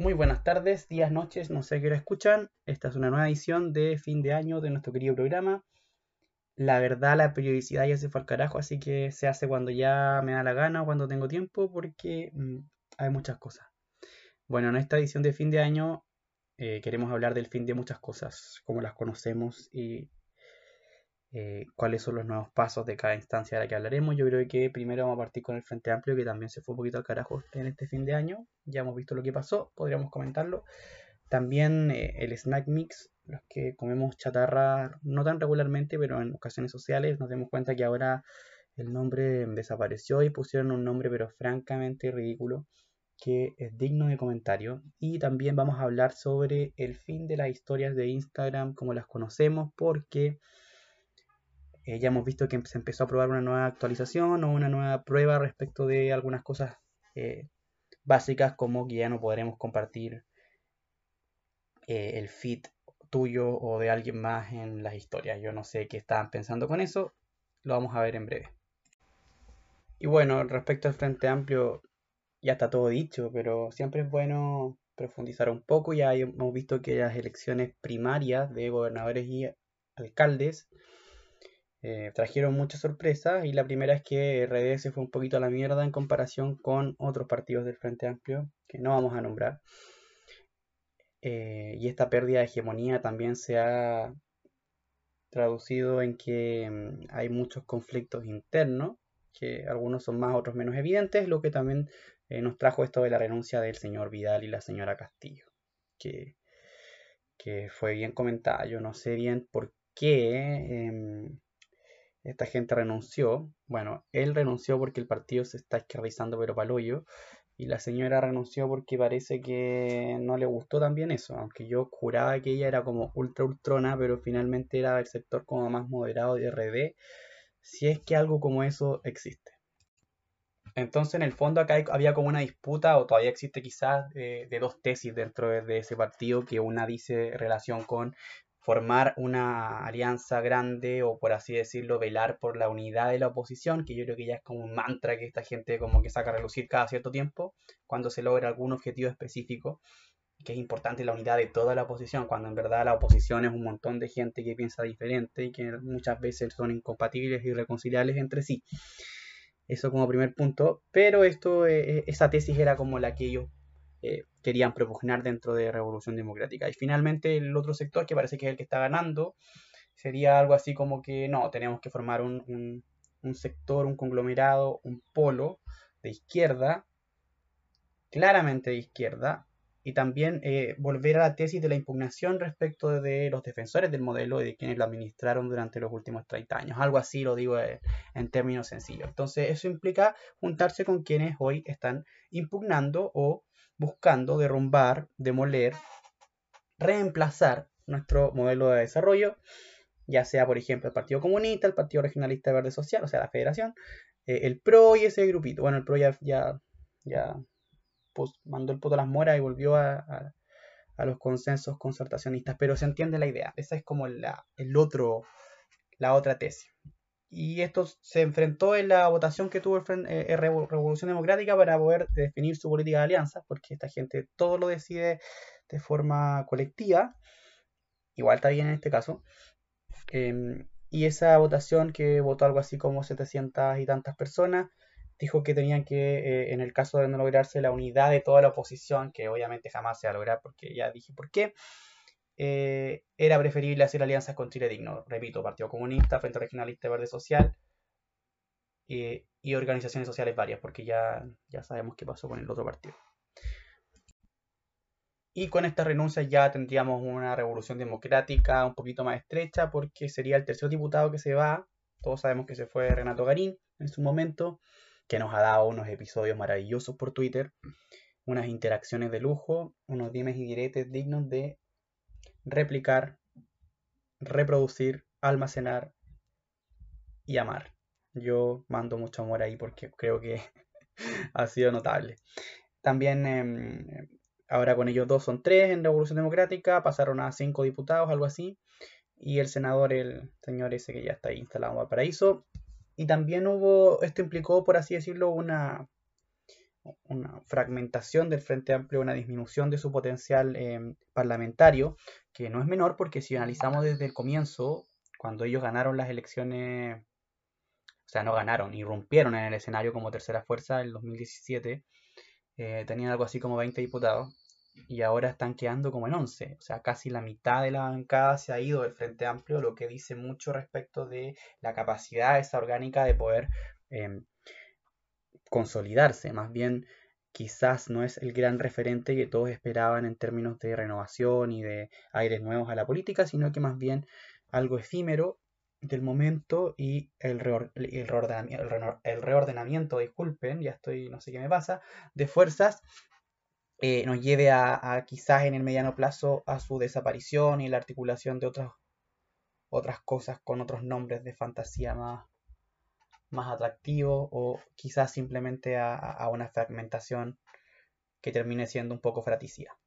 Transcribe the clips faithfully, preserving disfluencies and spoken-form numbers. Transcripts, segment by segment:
Muy buenas tardes, días, noches, no sé qué hora escuchan. Esta es una nueva edición de fin de año de nuestro querido programa. La verdad, la periodicidad ya se fue al carajo, así que se hace cuando ya me da la gana o cuando tengo tiempo, porque mm, hay muchas cosas. Bueno, en esta edición de fin de año eh, queremos hablar del fin de muchas cosas, cómo las conocemos y eh, cuáles son los nuevos pasos de cada instancia de la que hablaremos. Yo creo que primero vamos a partir con el Frente Amplio, que también se fue un poquito al carajo en este fin de año. Ya hemos visto lo que pasó, podríamos comentarlo. También eh, el snack mix, los que comemos chatarra no tan regularmente, pero en ocasiones sociales, nos damos cuenta que ahora el nombre desapareció y pusieron un nombre pero francamente ridículo que es digno de comentario. Y también vamos a hablar sobre el fin de las historias de Instagram como las conocemos, porque eh, ya hemos visto que se empezó a probar una nueva actualización o una nueva prueba respecto de algunas cosas eh, básicas, como que ya no podremos compartir eh, el feed tuyo o de alguien más en las historias. Yo no sé qué estaban pensando con eso, lo vamos a ver en breve. Y bueno, respecto al Frente Amplio, ya está todo dicho, pero siempre es bueno profundizar un poco. Ya hemos visto que las elecciones primarias de gobernadores y alcaldes eh, trajeron muchas sorpresas, y la primera es que R D se fue un poquito a la mierda en comparación con otros partidos del Frente Amplio, que no vamos a nombrar. Eh, y esta pérdida de hegemonía también se ha traducido en que mm, hay muchos conflictos internos, que algunos son más, otros menos evidentes, lo que también eh, nos trajo esto de la renuncia del señor Vidal y la señora Castillo, que, que fue bien comentada. Yo no sé bien por qué eh, esta gente renunció. Bueno, él renunció porque el partido se está izquierdizando pero palollo, y la señora renunció porque parece que no le gustó también eso, aunque yo juraba que ella era como ultra ultrona, pero finalmente era del sector como más moderado de R D, si es que algo como eso existe. Entonces, en el fondo, acá hay- había como una disputa, o todavía existe quizás, eh, de dos tesis dentro de, de ese partido, que una dice relación con formar una alianza grande, o por así decirlo, velar por la unidad de la oposición, que yo creo que ya es como un mantra que esta gente como que saca a relucir cada cierto tiempo, cuando se logra algún objetivo específico, que es importante la unidad de toda la oposición, cuando en verdad la oposición es un montón de gente que piensa diferente y que muchas veces son incompatibles y irreconciliables entre sí. Eso como primer punto, pero esto, eh, esa tesis era como la que ellos eh, querían propugnar dentro de Revolución Democrática. Y finalmente el otro sector, que parece que es el que está ganando, sería algo así como que no, tenemos que formar un, un, un sector, un conglomerado, un polo de izquierda, claramente de izquierda, y también eh, volver a la tesis de la impugnación respecto de los defensores del modelo y de quienes lo administraron durante los últimos treinta años. Algo así lo digo eh, en términos sencillos. Entonces eso implica juntarse con quienes hoy están impugnando o buscando derrumbar, demoler, reemplazar nuestro modelo de desarrollo, ya sea por ejemplo el Partido Comunista, el Partido Regionalista Verde Social, o sea la Federación, eh, el P R O y ese grupito. Bueno, el P R O ya, ya, ya pues, mandó el poto a las moras y volvió a, a, a los consensos concertacionistas, pero se entiende la idea. Esa es como la, el otro, la otra tesis. Y esto se enfrentó en la votación que tuvo el eh, Revolución Democrática para poder definir su política de alianza, porque esta gente todo lo decide de forma colectiva. Igual está bien en este caso. Eh, y esa votación, que votó algo así como setecientas y tantas personas, dijo que tenían que, eh, en el caso de no lograrse la unidad de toda la oposición, que obviamente jamás se va a lograr porque ya dije por qué, eh, era preferible hacer alianzas con Chile Digno. Repito, Partido Comunista, Frente Regionalista Verde Social eh, y organizaciones sociales varias, porque ya, ya sabemos qué pasó con el otro partido. Y con esta renuncia ya tendríamos una revolución democrática un poquito más estrecha, porque sería el tercer diputado que se va. Todos sabemos que se fue Renato Garín en su momento, que nos ha dado unos episodios maravillosos por Twitter, unas interacciones de lujo, unos dimes y diretes dignos de replicar, reproducir, almacenar y amar. Yo mando mucho amor ahí porque creo que ha sido notable. También eh, ahora con ellos dos son tres en Revolución Democrática, pasaron a cinco diputados, algo así, y el senador, el señor ese que ya está ahí instalado en Valparaíso. Y también hubo, esto implicó, por así decirlo, una, una fragmentación del Frente Amplio, una disminución de su potencial eh, parlamentario, que no es menor porque si analizamos desde el comienzo, cuando ellos ganaron las elecciones, o sea, no ganaron, irrumpieron en el escenario como tercera fuerza en el dos mil diecisiete, eh, tenían algo así como veinte diputados y ahora están quedando como en once, o sea, casi la mitad de la bancada se ha ido del Frente Amplio, lo que dice mucho respecto de la capacidad esa orgánica de poder eh, consolidarse, más bien quizás no es el gran referente que todos esperaban en términos de renovación y de aires nuevos a la política, sino que más bien algo efímero del momento y el, reor el, reordenamiento, el, el reordenamiento, disculpen, ya estoy, no sé qué me pasa, de fuerzas, eh, nos lleve a, a quizás en el mediano plazo a su desaparición y la articulación de otras, otras cosas con otros nombres de fantasía más, más atractivos o quizás simplemente a, a una fragmentación que termine siendo un poco fratricida.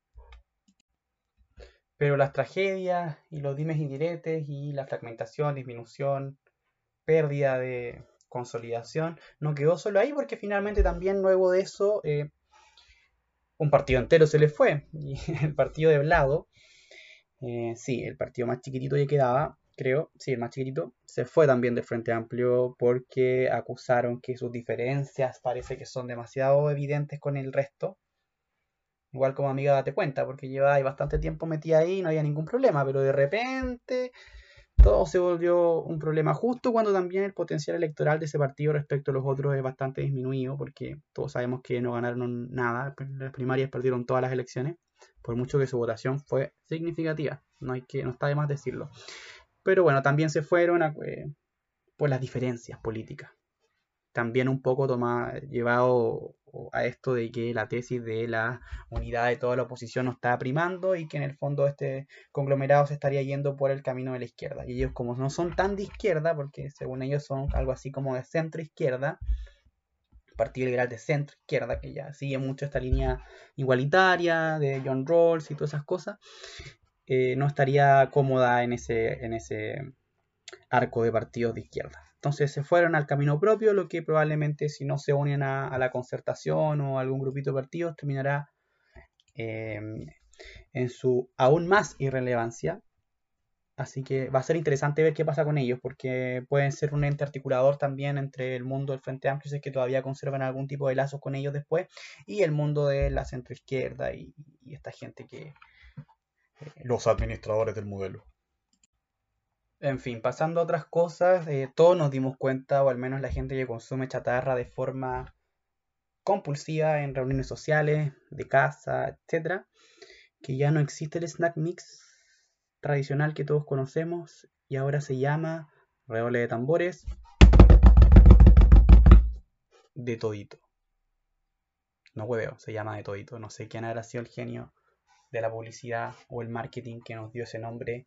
Pero las tragedias y los dimes y diretes y la fragmentación, disminución, pérdida de consolidación, no quedó solo ahí porque finalmente también luego de eso eh, un partido entero se le fue. Y el partido de Vlado, eh, sí, el partido más chiquitito ya quedaba, creo, sí, el más chiquitito, se fue también del Frente Amplio porque acusaron que sus diferencias parece que son demasiado evidentes con el resto. Igual como amiga date cuenta, porque llevaba bastante tiempo metida ahí y no había ningún problema, pero de repente todo se volvió un problema justo cuando también el potencial electoral de ese partido respecto a los otros es bastante disminuido, porque todos sabemos que no ganaron nada, las primarias perdieron todas las elecciones, por mucho que su votación fue significativa, no hay que, no está de más decirlo. Pero bueno, también se fueron a, eh, por las diferencias políticas. También un poco toma, llevado a esto de que la tesis de la unidad de toda la oposición no está primando y que en el fondo este conglomerado se estaría yendo por el camino de la izquierda. Y ellos como no son tan de izquierda, porque según ellos son algo así como de centro izquierda, Partido Liberal de centro izquierda, que ya sigue mucho esta línea igualitaria de John Rawls y todas esas cosas, eh, no estaría cómoda en ese, en ese arco de partidos de izquierda. Entonces se fueron al camino propio, lo que probablemente si no se unen a, a la concertación o a algún grupito de partidos terminará eh, en su aún más irrelevancia. Así que va a ser interesante ver qué pasa con ellos, porque pueden ser un ente articulador también entre el mundo del Frente Amplio, si es que todavía conservan algún tipo de lazos con ellos después, y el mundo de la centroizquierda y, y esta gente que... Eh, los administradores del modelo. En fin, pasando a otras cosas, eh, todos nos dimos cuenta, o al menos la gente que consume chatarra de forma compulsiva en reuniones sociales, de casa, etcétera, que ya no existe el snack mix tradicional que todos conocemos y ahora se llama, redoble de tambores, de todito. No hueveo, se llama de todito. No sé quién habrá sido el genio de la publicidad o el marketing que nos dio ese nombre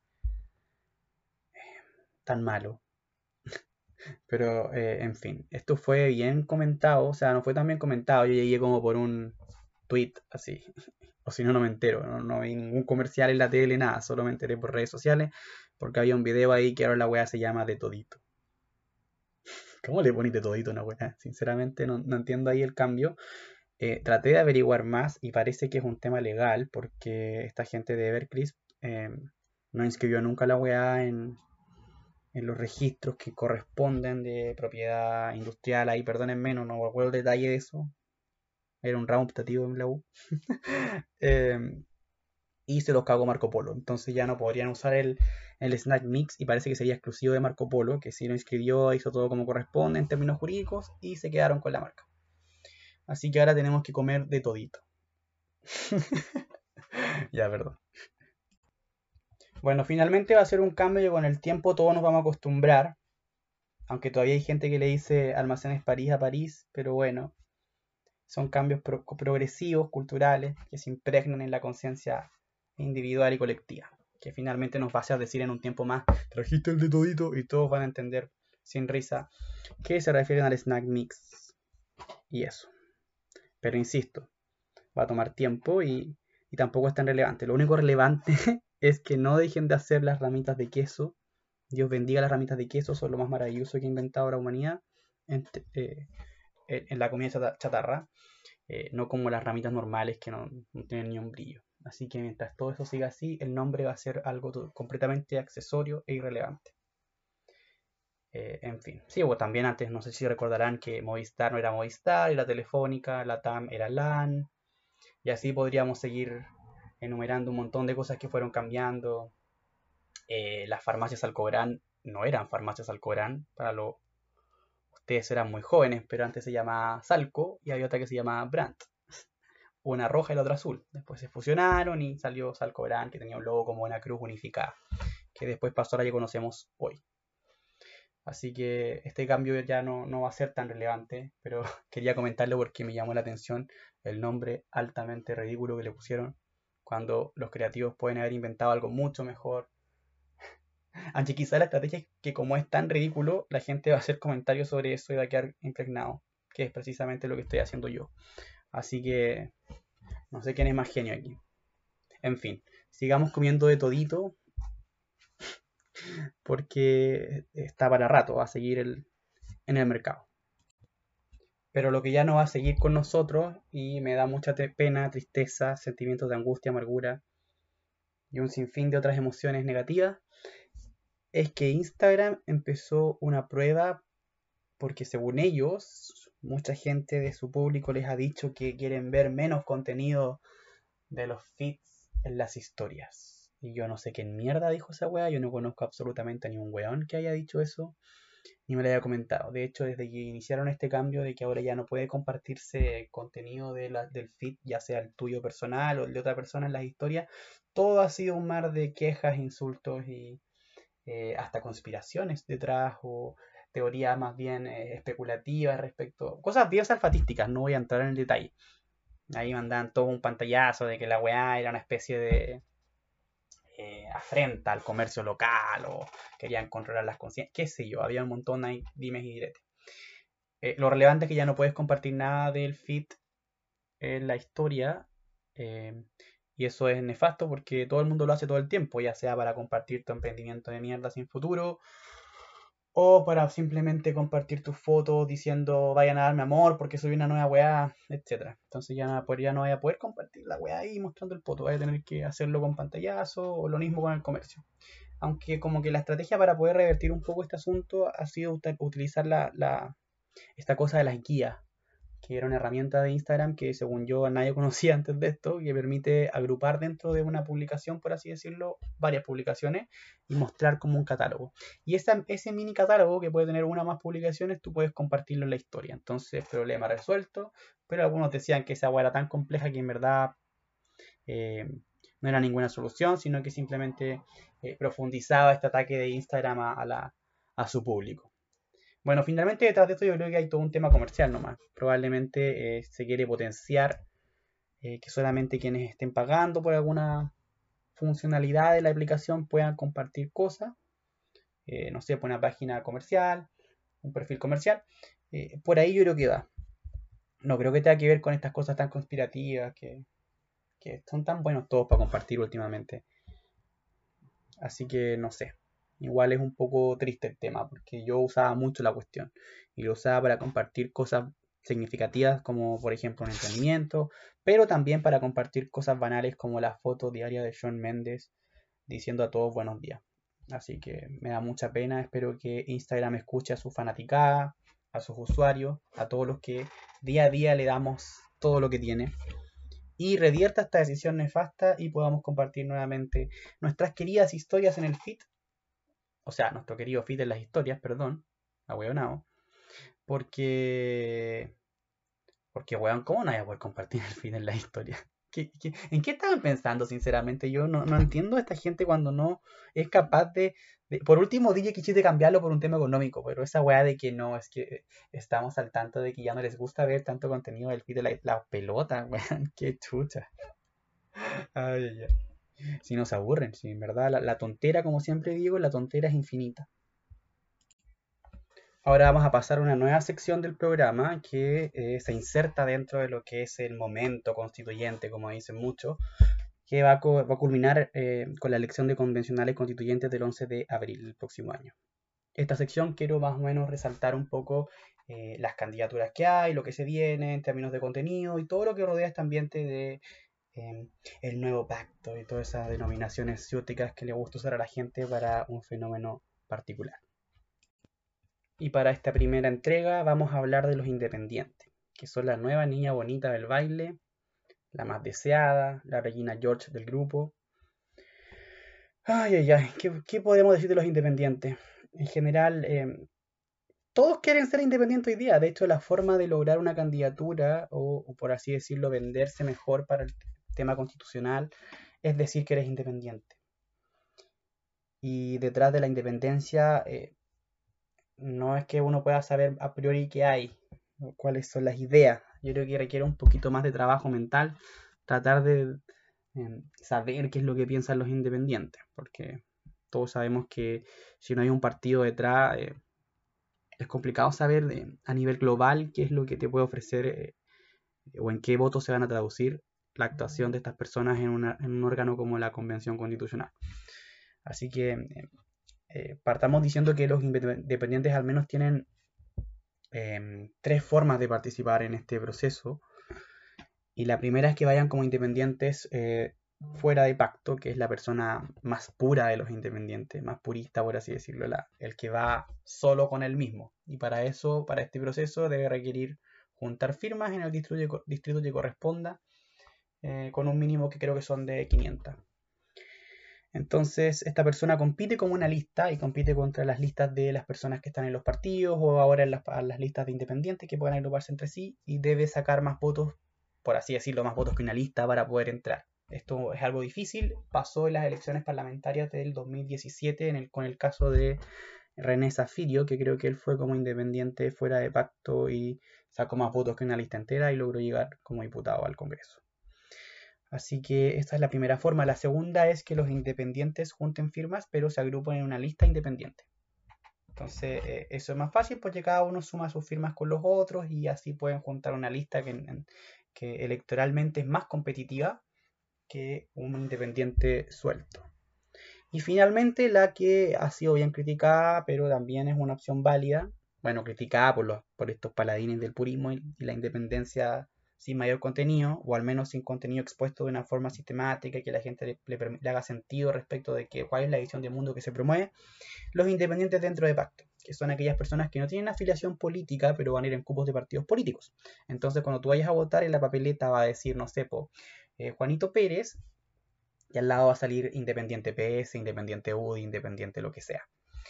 tan malo. Pero, eh, en fin, esto fue bien comentado, o sea, no fue tan bien comentado, yo llegué como por un tweet así, o si no, no me entero, no, no vi ningún comercial en la tele, nada, solo me enteré por redes sociales, porque había un video ahí que ahora la weá se llama De Todito. ¿Cómo le pones De Todito a una weá? Sinceramente no, no entiendo ahí el cambio. Eh, traté de averiguar más y parece que es un tema legal, porque esta gente de Evercrisp eh, no inscribió nunca la weá en en los registros que corresponden de propiedad industrial. Ahí, perdónenme, no, no recuerdo el detalle de eso. Era un ramo optativo en la U. eh, y se los cagó Marco Polo. Entonces ya no podrían usar el, el Snack Mix y parece que sería exclusivo de Marco Polo, que sí lo inscribió, hizo todo como corresponde en términos jurídicos y se quedaron con la marca. Así que ahora tenemos que comer de todito. Ya, perdón. Bueno, finalmente va a ser un cambio que con el tiempo todos nos vamos a acostumbrar. Aunque todavía hay gente que le dice Almacenes París a París, pero bueno, son cambios pro progresivos, culturales, que se impregnan en la conciencia individual y colectiva, que finalmente nos va a hacer decir en un tiempo más, trajiste el de todito, y todos van a entender sin risa que se refieren al snack mix y eso. Pero insisto, va a tomar tiempo y, y tampoco es tan relevante. Lo único relevante es que no dejen de hacer las ramitas de queso. Dios bendiga las ramitas de queso, son lo más maravilloso que ha inventado la humanidad en, eh, en la comida chatarra. eh, no como las ramitas normales que no, no tienen ni un brillo. Así que mientras todo eso siga así, el nombre va a ser algo completamente accesorio e irrelevante. Eh, en fin, sí, o también antes, no sé si recordarán que Movistar no era Movistar, era Telefónica, la T A M era LAN, y así podríamos seguir enumerando un montón de cosas que fueron cambiando. Eh, las farmacias Alcobrán no eran farmacias Alcobrán, para lo ustedes eran muy jóvenes, pero antes se llamaba Salco y había otra que se llamaba Brandt, una roja y la otra azul. Después se fusionaron y salió Salcobrán, que tenía un logo como una cruz unificada, que después pasó a la que conocemos hoy. Así que este cambio ya no, no va a ser tan relevante, pero quería comentarlo porque me llamó la atención el nombre altamente ridículo que le pusieron, cuando los creativos pueden haber inventado algo mucho mejor. Aunque quizá la estrategia es que como es tan ridículo, la gente va a hacer comentarios sobre eso y va a quedar impregnado, que es precisamente lo que estoy haciendo yo. Así que no sé quién es más genio aquí. En fin, sigamos comiendo de todito, porque está para rato, va a seguir el, en el mercado. Pero lo que ya no va a seguir con nosotros, y me da mucha pena, tristeza, sentimientos de angustia, amargura y un sinfín de otras emociones negativas, es que Instagram empezó una prueba porque según ellos, mucha gente de su público les ha dicho que quieren ver menos contenido de los feeds en las historias. Y yo no sé quién mierda dijo esa wea, yo no conozco absolutamente a ningún weón que haya dicho eso, ni me lo haya comentado. De hecho, desde que iniciaron este cambio de que ahora ya no puede compartirse contenido de la, del feed, ya sea el tuyo personal o el de otra persona en las historias, todo ha sido un mar de quejas, insultos y eh, hasta conspiraciones detrás o teorías más bien eh, especulativas respecto, cosas bien salfatísticas, no voy a entrar en el detalle. Ahí mandaban todo un pantallazo de que la weá era una especie de eh, afrenta al comercio local o querían controlar las conciencias, qué sé yo, había un montón ahí, dimes y diretes. Eh, lo relevante es que ya no puedes compartir nada del feed en la historia, eh, y eso es nefasto porque todo el mundo lo hace todo el tiempo, ya sea para compartir tu emprendimiento de mierda sin futuro o para simplemente compartir tus fotos diciendo vayan a darme amor porque soy una nueva weá, etcétera. Entonces ya no, ya no vaya a poder compartir la weá ahí mostrando el poto, vaya a tener que hacerlo con pantallazo o lo mismo con el comercio. Aunque como que la estrategia para poder revertir un poco este asunto ha sido utilizar la, la, esta cosa de las guías, que era una herramienta de Instagram que según yo nadie conocía antes de esto, que permite agrupar dentro de una publicación, por así decirlo, varias publicaciones y mostrar como un catálogo. Y esa, ese mini catálogo, que puede tener una o más publicaciones, tú puedes compartirlo en la historia. Entonces, problema resuelto, pero algunos decían que esa web era tan compleja que en verdad eh, no era ninguna solución, sino que simplemente eh, profundizaba este ataque de Instagram a, a, la, a su público. Bueno, finalmente detrás de esto yo creo que hay todo un tema comercial nomás. Probablemente eh, se quiere potenciar eh, que solamente quienes estén pagando por alguna funcionalidad de la aplicación puedan compartir cosas. Eh, no sé, por una página comercial, un perfil comercial. Eh, por ahí yo creo que va. No creo que tenga que ver con estas cosas tan conspirativas que, que son tan buenos todos para compartir últimamente. Así que no sé. Igual es un poco triste el tema, porque yo usaba mucho la cuestión y lo usaba para compartir cosas significativas como por ejemplo un emprendimiento, pero también para compartir cosas banales como la foto diaria de Shawn Mendes diciendo a todos buenos días. Así que me da mucha pena, espero que Instagram escuche a su fanaticada, a sus usuarios, a todos los que día a día le damos todo lo que tiene y revierta esta decisión nefasta y podamos compartir nuevamente nuestras queridas historias en el feed. O sea, nuestro querido feed en las historias, perdón, ahueonado. Porque, porque weón, ¿cómo no voy a poder compartir el feed en las historias? ¿Qué, qué, ¿En qué estaban pensando, sinceramente? Yo no, no entiendo a esta gente cuando no es capaz de... de por último, dije que chiste cambiarlo por un tema económico, pero esa weá de que no, es que estamos al tanto de que ya no les gusta ver tanto contenido del feed de la, la pelota, weón, qué chucha. Ay, ay, ay. Si nos aburren, si en verdad la, la tontera, como siempre digo, la tontera es infinita. Ahora vamos a pasar a una nueva sección del programa que eh, se inserta dentro de lo que es el momento constituyente, como dicen muchos, que va a, va a culminar eh, con la elección de convencionales constituyentes del once de abril del próximo año. esta sección quiero más o menos resaltar un poco eh, las candidaturas que hay, lo que se viene en términos de contenido y todo lo que rodea este ambiente de eh, el nuevo pacto y todas esas denominaciones ciúticas que le gusta usar a la gente para un fenómeno particular. Y para esta primera entrega vamos a hablar de los independientes, que son la nueva niña bonita del baile, la más deseada, la Regina George del grupo. Ay, ay, ay, ¿qué, qué podemos decir de los independientes? En general, eh, todos quieren ser independientes hoy día. De hecho, la forma de lograr una candidatura o, o, por así decirlo, venderse mejor para el tema constitucional es decir que eres independiente. Y detrás de la independencia eh, no es que uno pueda saber a priori qué hay, cuáles son las ideas. Yo creo que requiere un poquito más de trabajo mental, tratar de eh, saber qué es lo que piensan los independientes, porque todos sabemos que si no hay un partido detrás, eh, es complicado saber eh, a nivel global qué es lo que te puede ofrecer eh, o en qué votos se van a traducir la actuación de estas personas en, una, en un órgano como la Convención Constitucional. Así que eh, eh, partamos diciendo que los independientes al menos tienen eh, tres formas de participar en este proceso. Y la primera es que vayan como independientes eh, fuera de pacto, que es la persona más pura de los independientes, más purista, por así decirlo, la, el que va solo con él mismo. Y para eso, para este proceso, debe requerir juntar firmas en el distrito, distrito que corresponda, eh, con un mínimo que creo que son de quinientas. Entonces, esta persona compite como una lista y compite contra las listas de las personas que están en los partidos o ahora en las, las listas de independientes que pueden agruparse entre sí y debe sacar más votos, por así decirlo, más votos que una lista para poder entrar. Esto es algo difícil, pasó en las elecciones parlamentarias del dos mil diecisiete en el, con el caso de René Zafirio, que creo que él fue como independiente fuera de pacto y sacó más votos que una lista entera y logró llegar como diputado al Congreso. Así que esta es la primera forma. La segunda es que los independientes junten firmas, pero se agrupan en una lista independiente. Entonces, eh, eso es más fácil porque cada uno suma sus firmas con los otros y así pueden juntar una lista que, que electoralmente es más competitiva que un independiente suelto. Y finalmente, la que ha sido bien criticada, pero también es una opción válida, bueno, criticada por, los, por estos paladines del purismo y, y la independencia sin mayor contenido, o al menos sin contenido expuesto de una forma sistemática y que la gente le, le, le haga sentido respecto de que, cuál es la visión de mundo que se promueve, los independientes dentro de pacto, que son aquellas personas que no tienen afiliación política, pero van a ir en cupos de partidos políticos. Entonces, cuando tú vayas a votar, en la papeleta va a decir, no sé, po, eh, Juanito Pérez, y al lado va a salir Independiente P S, Independiente U D I, Independiente lo que sea.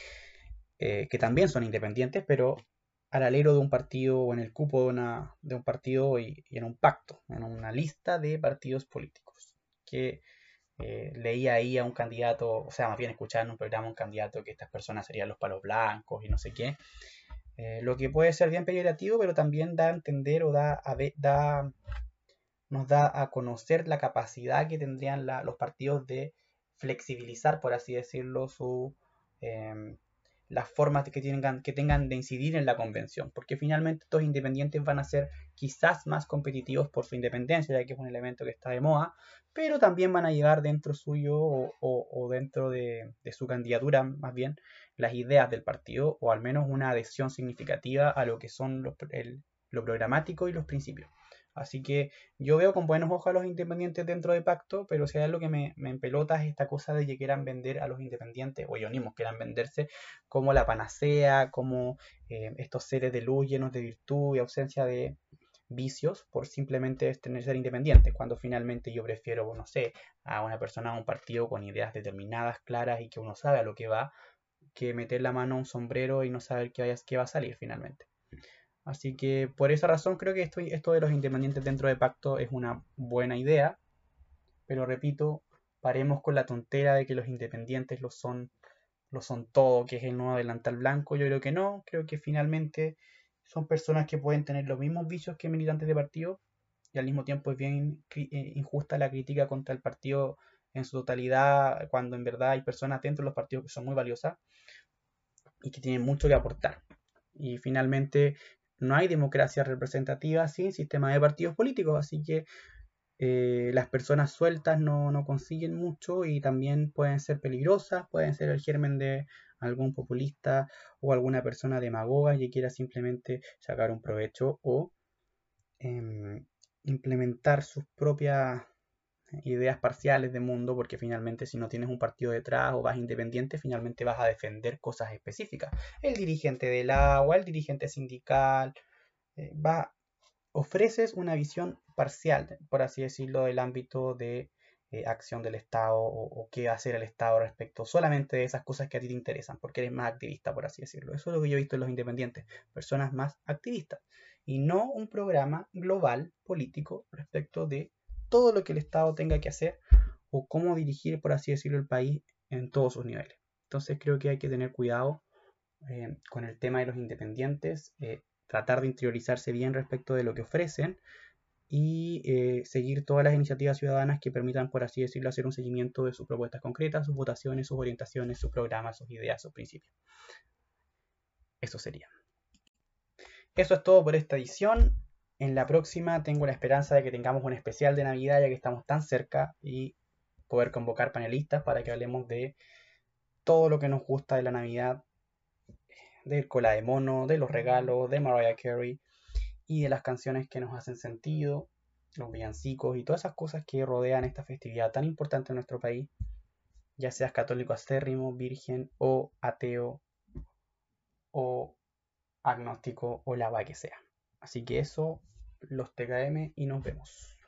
Eh, que también son independientes, pero al alero de un partido o en el cupo de, una, de un partido y, y en un pacto, en una lista de partidos políticos. Que eh, leía ahí a un candidato, o sea, más bien escuchaba en un programa un candidato que estas personas serían los palos blancos y no sé qué. Eh, lo que puede ser bien peyorativo, pero también da a entender o da, a ver, da nos da a conocer la capacidad que tendrían la, los partidos de flexibilizar, por así decirlo, su, eh, las formas que tengan, que tengan de incidir en la convención, porque finalmente estos independientes van a ser quizás más competitivos por su independencia, ya que es un elemento que está de moda, pero también van a llevar dentro suyo o, o, o dentro de, de su candidatura, más bien, las ideas del partido, o al menos una adhesión significativa a lo que son los, el, lo programático y los principios. Así que yo veo con buenos ojos a los independientes dentro de pacto, pero si hay algo que me, me empelota es esta cosa de que quieran vender a los independientes, o ellos mismos quieran venderse como la panacea, como eh, estos seres de luz llenos de virtud y ausencia de vicios por simplemente tener ser independientes, cuando finalmente yo prefiero, no sé, a una persona, a un partido con ideas determinadas, claras y que uno sabe a lo que va, que meter la mano a un sombrero y no saber qué, vaya, qué va a salir finalmente. Así que por esa razón creo que esto, esto de los independientes dentro de pacto es una buena idea, pero repito, paremos con la tontera de que los independientes lo son, lo son todo, que es el nuevo delantal blanco. Yo creo que no, creo que finalmente son personas que pueden tener los mismos vicios que militantes de partido y al mismo tiempo es bien injusta la crítica contra el partido en su totalidad cuando en verdad hay personas dentro de los partidos que son muy valiosas y que tienen mucho que aportar. Y finalmente no hay democracia representativa sin sistema de partidos políticos, así que eh, las personas sueltas no, no consiguen mucho y también pueden ser peligrosas, pueden ser el germen de algún populista o alguna persona demagoga que quiera simplemente sacar un provecho o eh, implementar sus propias ideas parciales de mundo, porque finalmente si no tienes un partido detrás o vas independiente, finalmente vas a defender cosas específicas. El dirigente del agua, el dirigente sindical, eh, va, ofreces una visión parcial, por así decirlo, del ámbito de eh, acción del Estado o, o qué va a hacer el Estado respecto solamente de esas cosas que a ti te interesan, porque eres más activista, por así decirlo. Eso es lo que yo he visto en los independientes, personas más activistas, y no un programa global político respecto de todo lo que el Estado tenga que hacer o cómo dirigir, por así decirlo, el país en todos sus niveles. Entonces creo que hay que tener cuidado eh, con el tema de los independientes, eh, tratar de interiorizarse bien respecto de lo que ofrecen y eh, seguir todas las iniciativas ciudadanas que permitan, por así decirlo, hacer un seguimiento de sus propuestas concretas, sus votaciones, sus orientaciones, sus programas, sus ideas, sus principios. Eso sería. Eso es todo por esta edición. En la próxima tengo la esperanza de que tengamos un especial de Navidad ya que estamos tan cerca y poder convocar panelistas para que hablemos de todo lo que nos gusta de la Navidad, del cola de mono, de los regalos, de Mariah Carey y de las canciones que nos hacen sentido, los villancicos y todas esas cosas que rodean esta festividad tan importante en nuestro país, ya seas católico acérrimo, virgen o ateo o agnóstico o la va que sea. Así que eso, los T K M y nos vemos.